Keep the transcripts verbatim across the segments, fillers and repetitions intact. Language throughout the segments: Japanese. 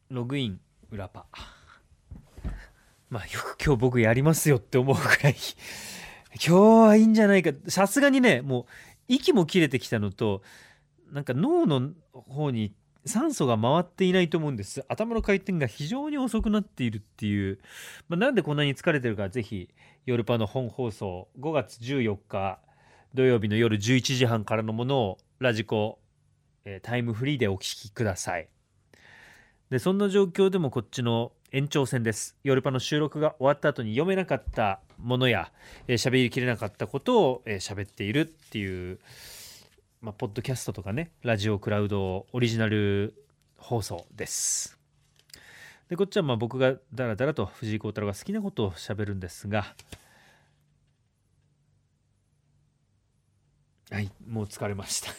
ログイン裏パ。まあよく今日僕やりますよって思うくらい今日はいいんじゃないか。さすがにね、もう息も切れてきたのと、なんか脳の方に酸素が回っていないと思うんです。頭の回転が非常に遅くなっているっていう、まあ、なんでこんなに疲れてるか、ぜひ夜パの本放送ごがつじゅうよっか土曜日の夜じゅういちじはんからのものをラジコ、えータイムフリーでお聞きください。でそんな状況でもこっちの延長戦です。夜パの収録が終わった後に読めなかったものや喋、えー、りきれなかったことを喋、えー、っているっていう、まあ、ポッドキャストとかね、ラジオクラウドオリジナル放送です。でこっちはまあ僕がだらだらと藤井幸太郎が好きなことを喋るんですが、はい、もう疲れました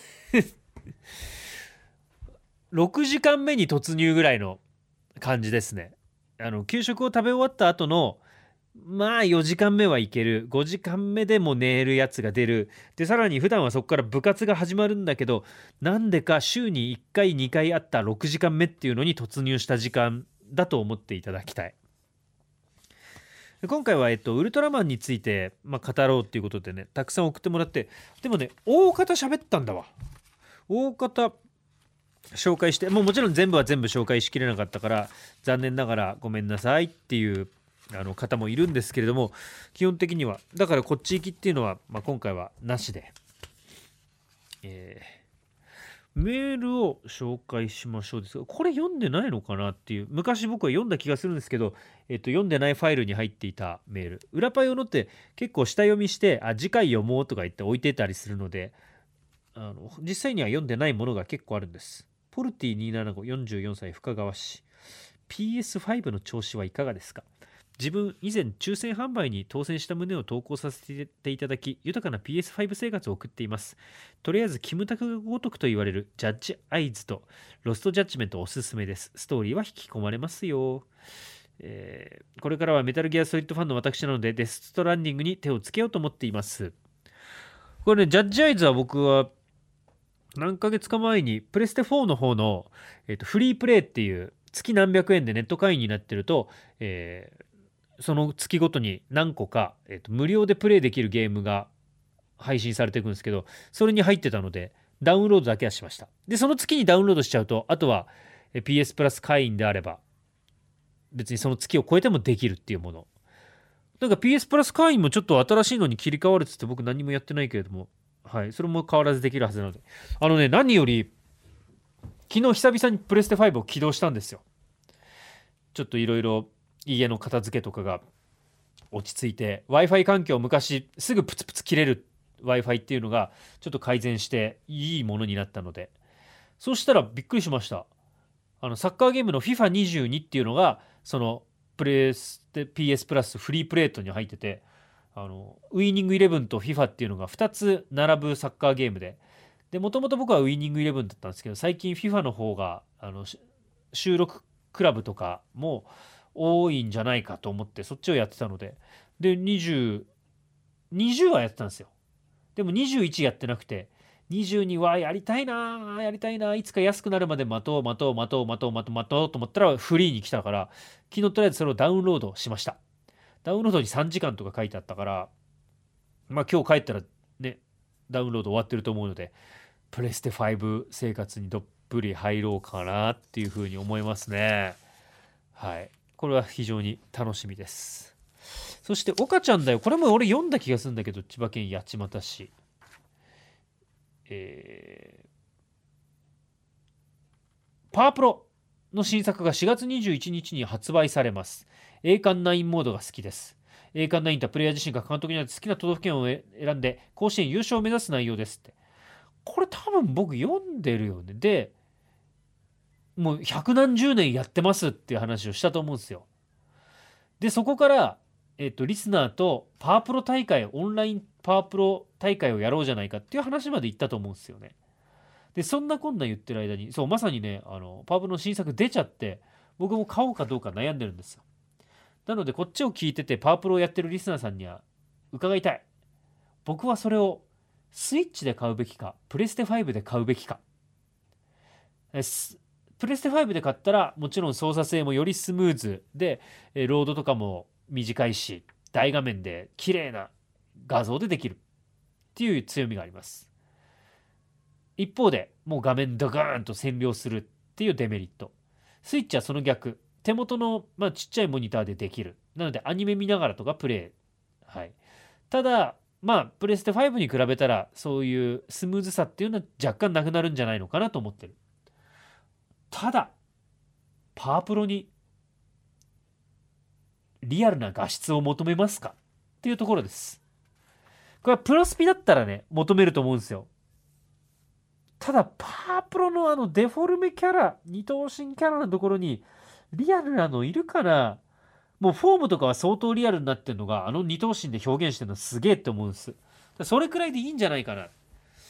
ろくじかんめに突入ぐらいの感じですね。あの給食を食べ終わった後のまあよじかんめはいける、ごじかんめでも寝るやつが出る。でさらに普段はそこから部活が始まるんだけど、なんでか週にいっかいにかいあったろくじかんめっていうのに突入した時間だと思っていただきたい。今回は、えっと、ウルトラマンについて、まあ、語ろうっていうことでね、たくさん送ってもらって、でもね大方喋ったんだわ。大方紹介して、もうもちろん全部は全部紹介しきれなかったから残念ながらごめんなさいっていうあの方もいるんですけれども、基本的にはだからこっち行きっていうのは、まあ、今回はなしで、えーメールを紹介しましょうですが、これ読んでないのかなっていう、昔僕は読んだ気がするんですけど、えっと、読んでないファイルに入っていたメール、裏パイをのって結構下読みして、あ次回読もうとか言って置いてたりするので、あの実際には読んでないものが結構あるんです。ポルティにひゃくななじゅうご、よんじゅうよんさい深川市。 ピーエスファイブ の調子はいかがですか？自分以前抽選販売に当選した旨を投稿させていただき、豊かな ピーエスファイブ 生活を送っています。とりあえずキムタクがごとくと言われるジャッジアイズとロストジャッジメントおすすめです。ストーリーは引き込まれますよ。えーこれからはメタルギアソリッドファンの私なのでデスストランディングに手をつけようと思っています。これね、ジャッジアイズは僕は何ヶ月か前にプレステフォーの方の、えーとフリープレイっていう月何百円でネット会員になってると、えーその月ごとに何個か、えーと無料でプレイできるゲームが配信されていくんですけど、それに入ってたのでダウンロードだけはしました。でその月にダウンロードしちゃうと、あとは ピーエス プラス会員であれば別にその月を超えてもできるっていうもの。なんか ピーエス プラス会員もちょっと新しいのに切り替わるっつって僕何もやってないけれども、はい、それも変わらずできるはずなので、あのね、何より昨日久々にプレステファイブを起動したんですよ。ちょっといろいろ家の片付けとかが落ち着いて Wi-Fi 環境、昔すぐプツプツ切れる Wi-Fi っていうのがちょっと改善していいものになったので、そうしたらびっくりしました。あのサッカーゲームの フィファにじゅうに っていうのがそのプレステ ピーエス プラスフリープレートに入ってて、あのウイニングイレブンと フィファ っていうのがふたつ並ぶサッカーゲームで、でもともと僕はウイニングイレブンだったんですけど、最近 フィファ の方があの収録クラブとかも多いんじゃないかと思ってそっちをやってたので、でにじゅう、にじゅうはやってたんですよ。でもにじゅういちやってなくて、にじゅうにはやりたいなやりたいないつか安くなるまで待とう待とう待とう待とう待とう待とうと思ったらフリーに来たから、昨日とりあえずそれをダウンロードしました。ダウンロードにさんじかんとか書いてあったから、まあ今日帰ったらね、ダウンロード終わってると思うので、プレステファイブ生活にどっぷり入ろうかなっていうふうに思いますね。はい。これは非常に楽しみです。そして、岡ちゃんだよ。これも俺読んだ気がするんだけど、千葉県八街市。えー、パワープロの新作がしがつにじゅういちにちに発売されます。栄冠ナインモードが好きです。栄冠ナインとはプレイヤー自身が監督になって好きな都道府県を選んで甲子園優勝を目指す内容ですって。これ多分僕読んでるよね。で、もう百何十年やってますっていう話をしたと思うんですよ。で、そこから、えっと、リスナーとパワープロ大会、オンラインパワープロ大会をやろうじゃないかっていう話まで行ったと思うんですよね。で、そんなこんな言ってる間に、そう、まさにね、あの、パワープロの新作出ちゃって、僕も買おうかどうか悩んでるんですよ。なので、こっちを聞いてて、パワープロをやってるリスナーさんには伺いたい。僕はそれをスイッチで買うべきか、プレステファイブで買うべきか。 プレステファイブで買ったらもちろん操作性もよりスムーズで、えーロードとかも短いし大画面で綺麗な画像でできるっていう強みがあります。一方でもう画面ドガーンと占領するっていうデメリット。スイッチはその逆、手元の、まあ、ちっちゃいモニターでできる。なのでアニメ見ながらとかプレイ、はい、ただまあプレステファイブに比べたらそういうスムーズさっていうのは若干なくなるんじゃないのかなと思ってる。ただパワープロにリアルな画質を求めますかっていうところです。これはプロスピだったらね求めると思うんですよ。ただパワープロのあのデフォルメキャラ、二頭身キャラのところにリアルなのいるかな。もうフォームとかは相当リアルになってるのがあの二頭身で表現してるのすげえって思うんです。それくらいでいいんじゃないかな。だ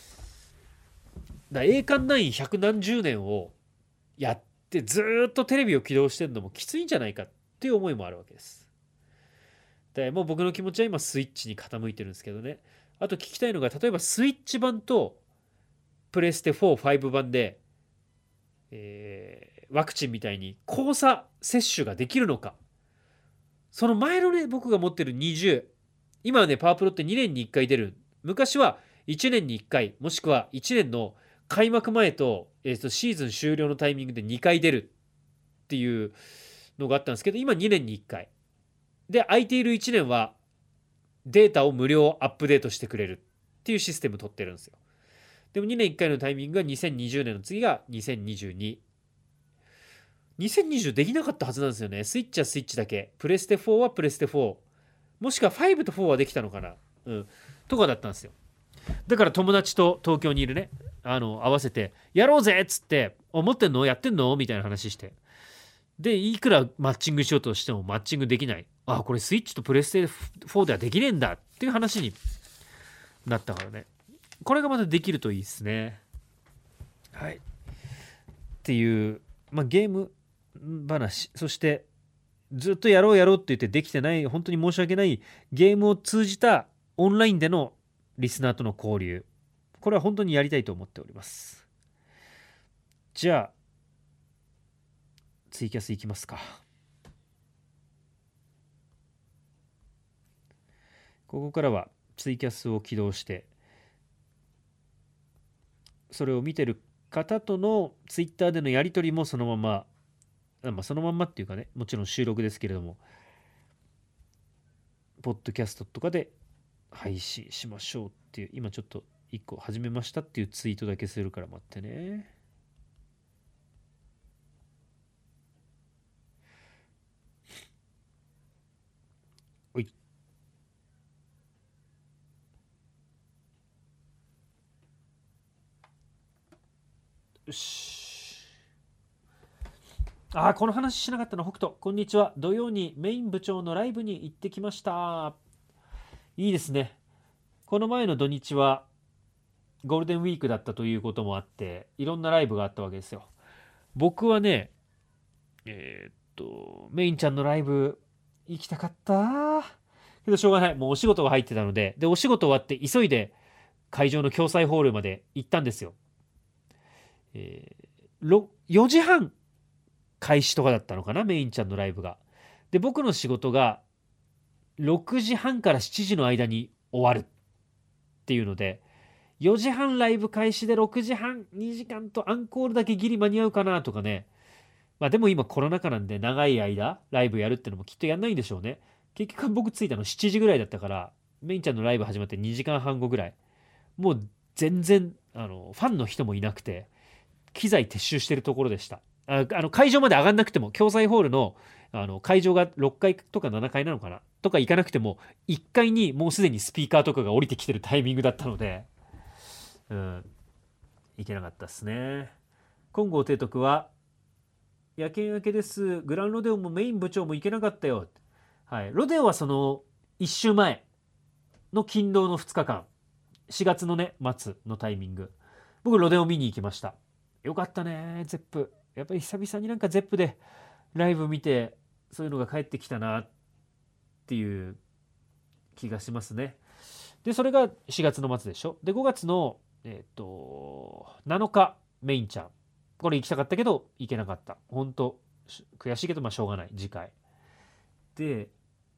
から栄冠ナイン百何十年をやってずーっとテレビを起動してるのもきついんじゃないかっていう思いもあるわけです。でもう僕の気持ちは今スイッチに傾いてるんですけどね。あと聞きたいのが、例えばスイッチ版とプレステフォー、ファイブ版で、えーワクチンみたいに交差接種ができるのか。その前のね僕が持ってるにじゅう、今はねパワープロってにねんにいっかい出る。昔はいちねんにいっかい、もしくはいちねんの開幕前と、えーとシーズン終了のタイミングでにかい出るっていうのがあったんですけど、今にねんにいっかいで、空いているいちねんはデータを無料アップデートしてくれるっていうシステム取ってるんですよ。でもにねんいっかいのタイミングがにせんにじゅうねんの次がにせんにじゅうに。にせんにじゅうできなかったはずなんですよね。スイッチはスイッチだけ。プレステフォーはプレステフォー。もしくはファイブとフォーはできたのかな。うん。とかだったんですよ。だから友達と東京にいるね、あの、合わせて、やろうぜっつって、お持ってんのやってんのみたいな話して。で、いくらマッチングしようとしてもマッチングできない。あ、これスイッチとプレステフォーではできねえんだっていう話になったからね。これがまたできるといいですね。はい。っていう、まあ、ゲーム話、そしてずっとやろうやろうって言ってできてない、本当に申し訳ないゲームを通じたオンラインでのリスナーとの交流。これは本当にやりたいと思っております。じゃあ、ツイキャスいきますか。ここからはツイキャスを起動して、それを見てる方とのツイッターでのやり取りもそのまま、まあ、そのまんまっていうかね、もちろん収録ですけれども、ポッドキャストとかで配信しましょうっていう、今ちょっといっこ始めましたっていうツイートだけするから待ってね。おい。よし。ああ、この話しなかったの。北斗、こんにちは。土曜にメイン部長のライブに行ってきました。いいですね。この前の土日はゴールデンウィークだったということもあって、いろんなライブがあったわけですよ。僕はね、えーっと、メインちゃんのライブ行きたかった。けどしょうがない。もうお仕事が入ってたので、で、お仕事終わって急いで会場の共催ホールまで行ったんですよ。えー、よじはん開始とかだったのかな、メインちゃんのライブが。で、僕の仕事がろくじはんからしちじの間に終わるっていうので、よじはんライブ開始でろくじはん、にじかんとアンコールだけギリ間に合うかなとかね。まあでも今コロナ禍なんで長い間ライブやるってのもきっとやんないんでしょうね。結局僕着いたのしちじぐらいだったから、メインちゃんのライブ始まってにじかんはん後ぐらい。もう全然あのファンの人もいなくて、機材撤収してるところでした。ああの会場まで上がんなくても、共催ホールのあの会場がろっかいとかななかいなのかなとか行かなくても、いっかいにもうすでにスピーカーとかが降りてきてるタイミングだったので、うん、行けなかったですね。金剛提督は、夜勤明けです。グランロデオもメイン部長も行けなかったよ。はい。ロデオはそのいっ週前の勤労のふつかかん。しがつのね、末のタイミング。僕、ロデオ見に行きました。よかったね、ゼップ。やっぱり久々になんかゼップでライブ見て、そういうのが帰ってきたなっていう気がしますね。で、それがしがつの末でしょ。で、ごがつの、えっと、なのか、メインちゃん。 これ行きたかったけど行けなかった。本当悔しいけどまあしょうがない。次回で、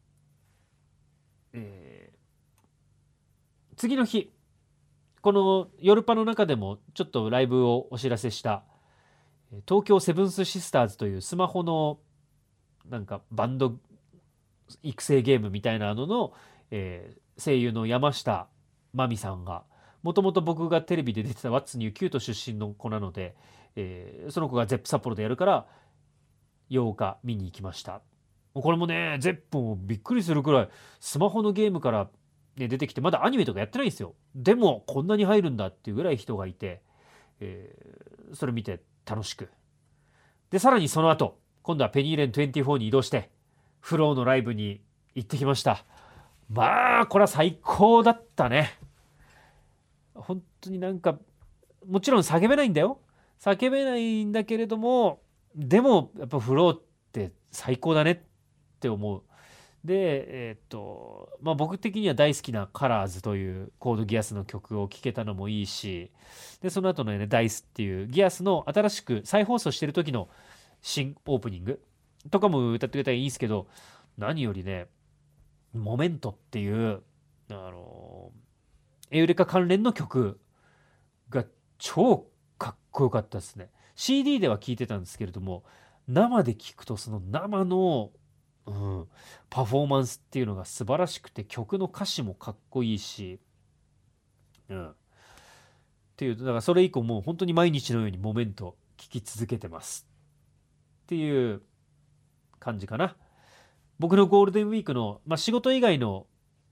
えー次の日、この夜パの中でもちょっとライブをお知らせした東京セブンスシスターズというスマホのなんかバンド育成ゲームみたいなのの、えー声優の山下真美さんが、もともと僕がテレビで出てたワッツニューキュート出身の子なので、えーその子がゼップ札幌でやるからようか見に行きました。これもね、ゼップもびっくりするくらいスマホのゲームから、ね、出てきて、まだアニメとかやってないんですよ。でもこんなに入るんだっていうぐらい人がいて、えーそれ見て楽しく。でさらにその後今度はペニーレンにじゅうよんに移動してフローのライブに行ってきました。まあこれは最高だったね。本当になんかもちろん叫べないんだよ。叫べないんだけれども、でもやっぱフローって最高だねって思う。でえーっとまあ僕的には大好きなカラーズというコードギアスの曲を聴けたのもいいし、でその後のねダイスっていうギアスの新しく再放送してる時の新オープニングとかも歌ってくれたらいいんですけど、何よりねモメントっていうあのエウレカ関連の曲が超かっこよかったですね。 シーディー では聴いてたんですけれども、生で聴くとその生の、うん、パフォーマンスっていうのが素晴らしくて、曲の歌詞もかっこいいし、うん、っていうだからそれ以降もう本当に毎日のようにモメント聴き続けてますっていう感じかな。僕のゴールデンウィークの、まあ、仕事以外の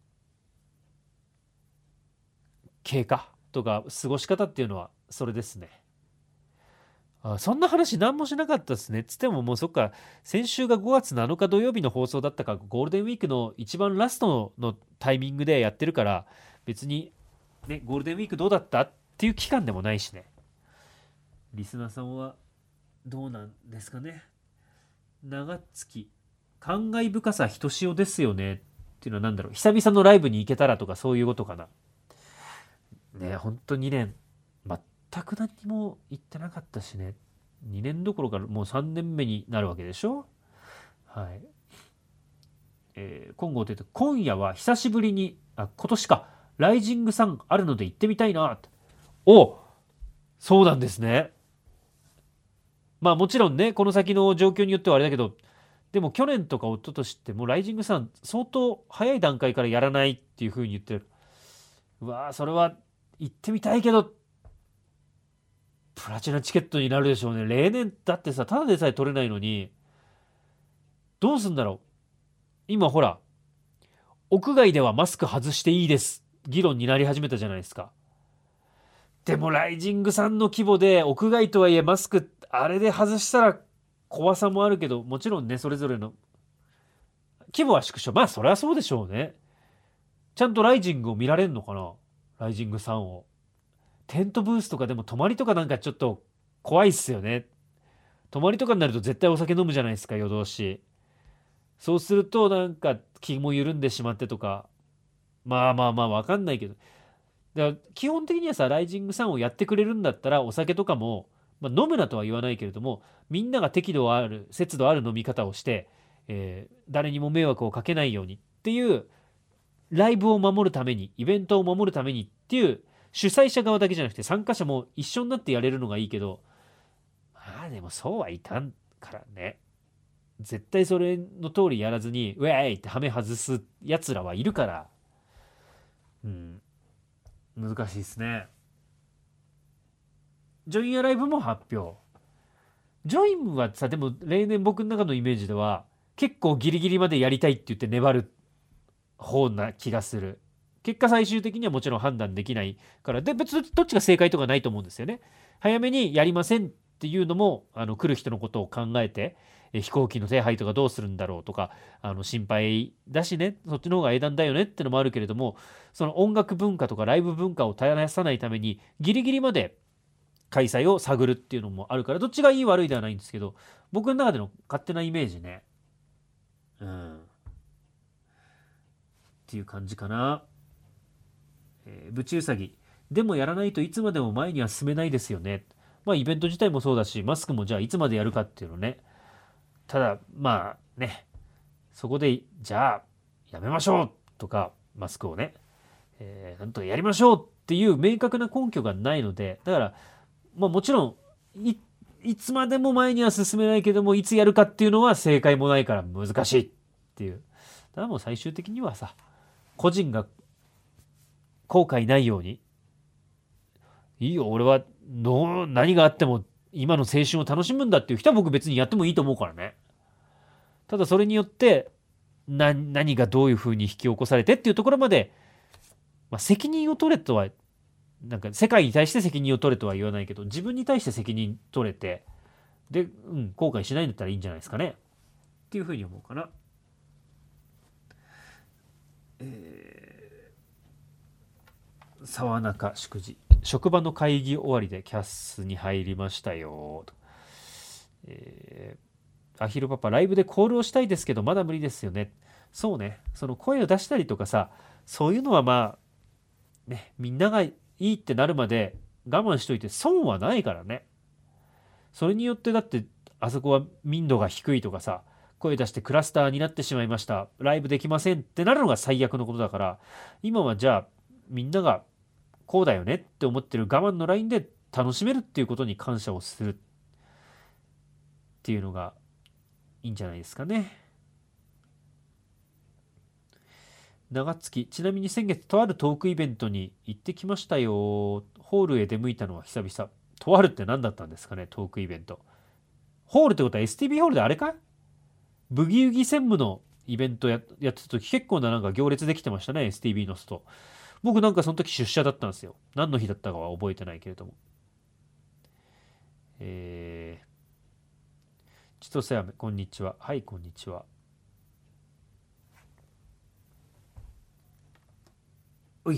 経過とか過ごし方っていうのはそれですね。あ、そんな話何もしなかったですね。つってももうそっか、先週がごがつなのか土曜日の放送だったから、ゴールデンウィークの一番ラストのタイミングでやってるから、別にね、ゴールデンウィークどうだったっていう期間でもないしね。リスナーさんはどうなんですかね。長月、感慨深さひとしおですよねっていうのは何だろう。久々のライブに行けたらとかそういうことかな。ね、ほんとにねん、全く何も言ってなかったしね。にねんどころかもうさんねんめになるわけでしょ。はい。えー、今後というと、今夜は久しぶりに、あ、今年か、ライジングさんあるので行ってみたいなと。お、そうなんですね。まあもちろんね、この先の状況によってはあれだけど、でも去年とか一昨年ってもうライジングさん相当早い段階からやらないっていう風に言ってる。うわー、それは行ってみたいけど、プラチナチケットになるでしょうね。例年だってさ、ただでさえ取れないのに、どうすんだろう。今ほら、屋外ではマスク外していいです。議論になり始めたじゃないですか。でもライジングさんの規模で屋外とはいえマスクあれで外したら怖さもあるけど、もちろんねそれぞれの規模は縮小、まあそれはそうでしょうね。ちゃんとライジングを見られるのかな、ライジングさんを。テントブースとかでも泊まりとかなんかちょっと怖いっすよね。泊まりとかになると絶対お酒飲むじゃないですか、夜通し。そうするとなんか気も緩んでしまってとか、まあまあまあわかんないけど、だから基本的にはさ、ライジングさんをやってくれるんだったらお酒とかも、まあ、飲むなとは言わないけれども、みんなが適度ある節度ある飲み方をして、えー誰にも迷惑をかけないようにっていうライブを守るために、イベントを守るためにっていう主催者側だけじゃなくて参加者も一緒になってやれるのがいいけど、まあでもそうはいかんからね。絶対それの通りやらずにウェーイってハメ外すやつらはいるから、うん、難しいですね。ジョインアライブも発表。ジョインはさ、でも例年僕の中のイメージでは結構ギリギリまでやりたいって言って粘る方な気がする。結果最終的にはもちろん判断できないから、で別にどっちが正解とかないと思うんですよね。早めにやりませんっていうのも、あの来る人のことを考えて、え飛行機の手配とかどうするんだろうとか、あの心配だしね、そっちの方が英断だよねってのもあるけれども、その音楽文化とかライブ文化を絶やさないためにギリギリまで開催を探るっていうのもあるから、どっちがいい悪いではないんですけど、僕の中での勝手なイメージね、うんっていう感じかな。えー、ブチウサギ。でもやらないといつまでも前には進めないですよね。 まあイベント自体もそうだし、マスクもじゃあいつまでやるかっていうのね。ただまあね、そこでじゃあやめましょうとか、マスクをね、えーなんとかやりましょうっていう明確な根拠がないので、だからまあもちろんいいつまでも前には進めないけども、いつやるかっていうのは正解もないから難しいっていう。だからもう最終的にはさ、個人が後悔ないように、いいよ、俺はの何があっても今の青春を楽しむんだっていう人は僕別にやってもいいと思うからね。ただそれによってな何がどういうふうに引き起こされてっていうところまで、まあ、責任を取れとは、なんか世界に対して責任を取れとは言わないけど、自分に対して責任取れて、で、うん、後悔しないんだったらいいんじゃないですかねっていうふうに思うかな。えー、沢中祝辞、職場の会議終わりでキャスに入りましたよと。えー、アヒルパパライブでコールをしたいですけどまだ無理ですよね。そうね、その声を出したりとかさ、そういうのはまあね、みんながいいってなるまで我慢しといて損はないからね。それによってだってあそこは民度が低いとかさ、声出してクラスターになってしまいました、ライブできませんってなるのが最悪のことだから、今はじゃあみんながこうだよねって思ってる我慢のラインで楽しめるっていうことに感謝をするっていうのがいいんじゃないですかね。長月、ちなみに先月とあるトークイベントに行ってきましたよ。ホールへ出向いたのは久々。とあるって何だったんですかね、トークイベント。ホールってことは エスティービー ホールであれか、ブギウギ専務のイベント や, やってた時結構ななんか行列できてましたね、 エスティービー の人。僕なんかその時出社だったんですよ。何の日だったかは覚えてないけれども。えー、千歳飴、こんにちは。はい、こんにちは。うい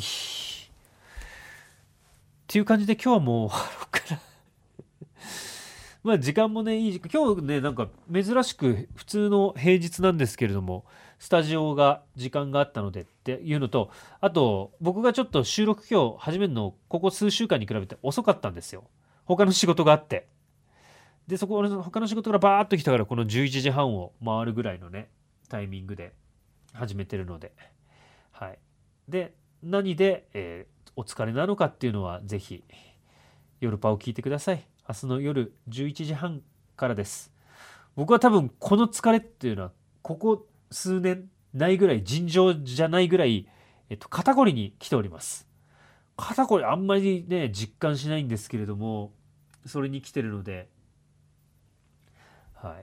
っていう感じで今日はもうからまあ時間もねいい時間、今日ねなんか珍しく普通の平日なんですけれども、スタジオが時間があったのでっていうのと、あと僕がちょっと収録今日始めるのここ数週間に比べて遅かったんですよ。他の仕事があって、でそこ他の仕事からバーッと来たから、このじゅういちじはんを回るぐらいのねタイミングで始めてるので、はい。で何で、えーお疲れなのかっていうのはぜひ夜パを聞いてください。明日の夜じゅういちじはんからです。僕は多分この疲れっていうのはここ数年ないぐらい、尋常じゃないぐらい、えっと、肩こりに来ております。肩こりあんまりね実感しないんですけれども、それに来てるので、はい。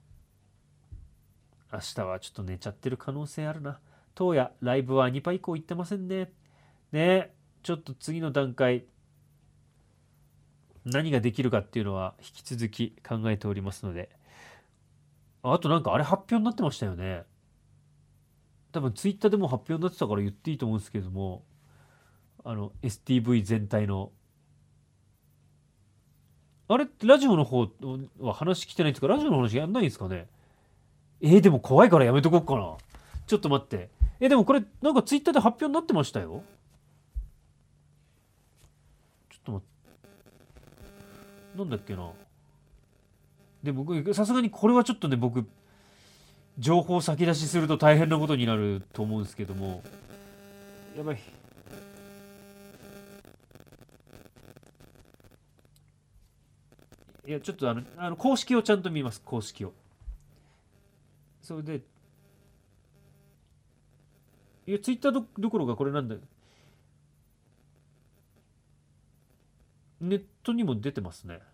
明日はちょっと寝ちゃってる可能性あるな。当夜ライブはにパ以降行ってませんね。ね、ちょっと次の段階何ができるかっていうのは引き続き考えておりますので。あとなんかあれ発表になってましたよね。多分ツイッターでも発表になってたから言っていいと思うんですけれども、あの エスティーブイ 全体のあれってラジオの方は話来てないっていうか、ラジオの話やんないんですかね。えー、でも怖いからやめとこっかな。ちょっと待って。えー、でもこれなんかツイッターで発表になってましたよ。ちょっと待って、なんだっけな。で僕さすがにこれはちょっとね、僕情報先出しすると大変なことになると思うんですけども、やばい。いやちょっとあのあの公式をちゃんと見ます、公式を。それでいやツイッター ど, どころかこれなんだ、ネットにも出てますね。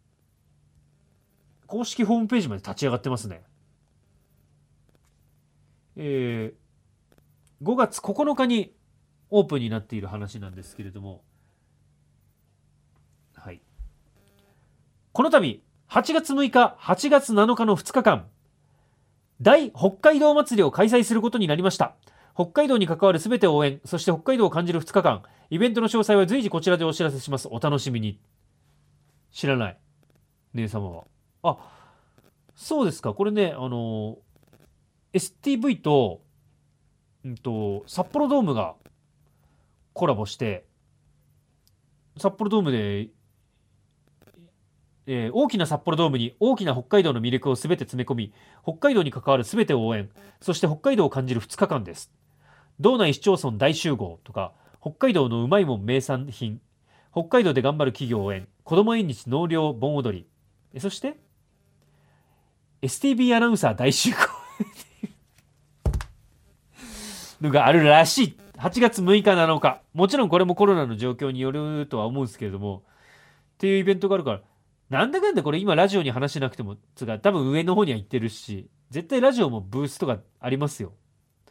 公式ホームページまで立ち上がってますね。えー、ごがつここのかにオープンになっている話なんですけれども、はい、この度はちがつむいかはちがつなのかのふつかかん、大北海道祭りを開催することになりました。北海道に関わるすべてを応援、そして北海道を感じるふつかかん、イベントの詳細は随時こちらでお知らせします。お楽しみに。知らない姉様は。あ、そうですか。これね、あの エスティーブイ と、うんと、札幌ドームがコラボして、札幌ドームでえー大きな札幌ドームに大きな北海道の魅力をすべて詰め込み、北海道に関わるすべてを応援、そして北海道を感じるふつかかんです。道内市町村大集合とか、北海道のうまいもん名産品、北海道で頑張る企業応援、子ども縁日納涼盆踊り、えそして エスティービー アナウンサー大集合のがあるらしい。はちがつむいかなのか。もちろんこれもコロナの状況によるとは思うんですけれども、っていうイベントがあるから、なんだかんだこれ今ラジオに話しなくても、つが多分上の方には行ってるし、絶対ラジオもブースとかありますよ。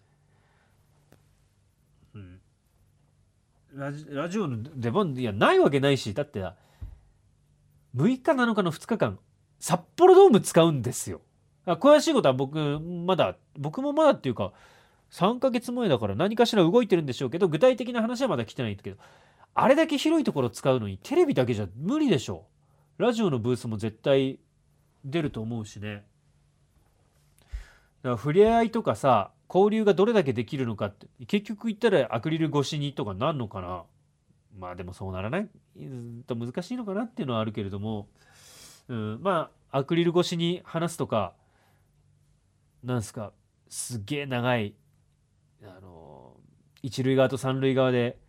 うん。ラジラジオの出番、いや、ないわけないし、だってむいかなのかのふつかかん、札幌ドーム使うんですよ。あ詳しいことは僕、まだ、僕もまだっていうか、さんかげつまえだから何かしら動いてるんでしょうけど、具体的な話はまだ来てないんだけど、あれだけ広いところ使うのにテレビだけじゃ無理でしょ。ラジオのブースも絶対出ると思うしね。だから触れ合いとかさ、交流がどれだけできるのかって、結局言ったらアクリル越しにとかなんのかな。まあでもそうならないと難しいのかなっていうのはあるけれども、うん、まあアクリル越しに話すとか、なんすか、すっげえ長い、あの一塁側と三塁側で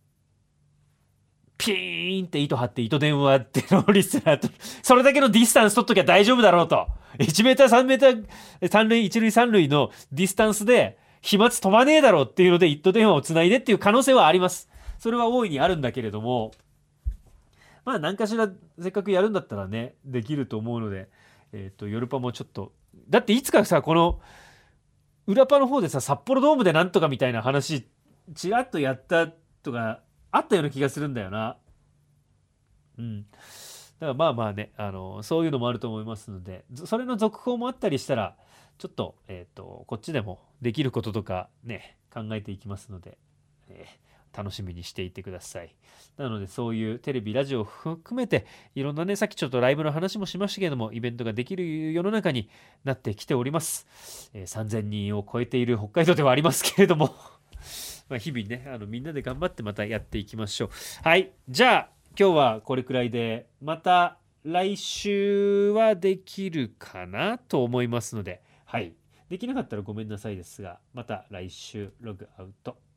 ピーンって糸張って糸電話ってのリスナーとそれだけのディスタンス取っときゃ大丈夫だろうと、いちメーターさんメーター三塁一塁三塁のディスタンスで飛沫飛ばねえだろうっていうので糸電話をつないでっていう可能性はあります。それは大いにあるんだけれども、まあ何かしらせっかくやるんだったらねできると思うので、えっ、とヨルパもちょっと、だっていつかさこの裏パの方でさ札幌ドームでなんとかみたいな話ちらっとやったとかあったような気がするんだよな。うん。だからまあまあね、あのそういうのもあると思いますので、それの続報もあったりしたらちょっと、えっ、とこっちでもできることとかね考えていきますので、えー楽しみにしていてください。なのでそういうテレビラジオを含めていろんなね、さっきちょっとライブの話もしましたけれども、イベントができる世の中になってきております。えーさんぜんにんを超えている北海道ではありますけれどもまあ日々ね、あのみんなで頑張ってまたやっていきましょう。はい、じゃあ今日はこれくらいで、また来週はできるかなと思いますので、はい、できなかったらごめんなさいですが、また来週ログアウト。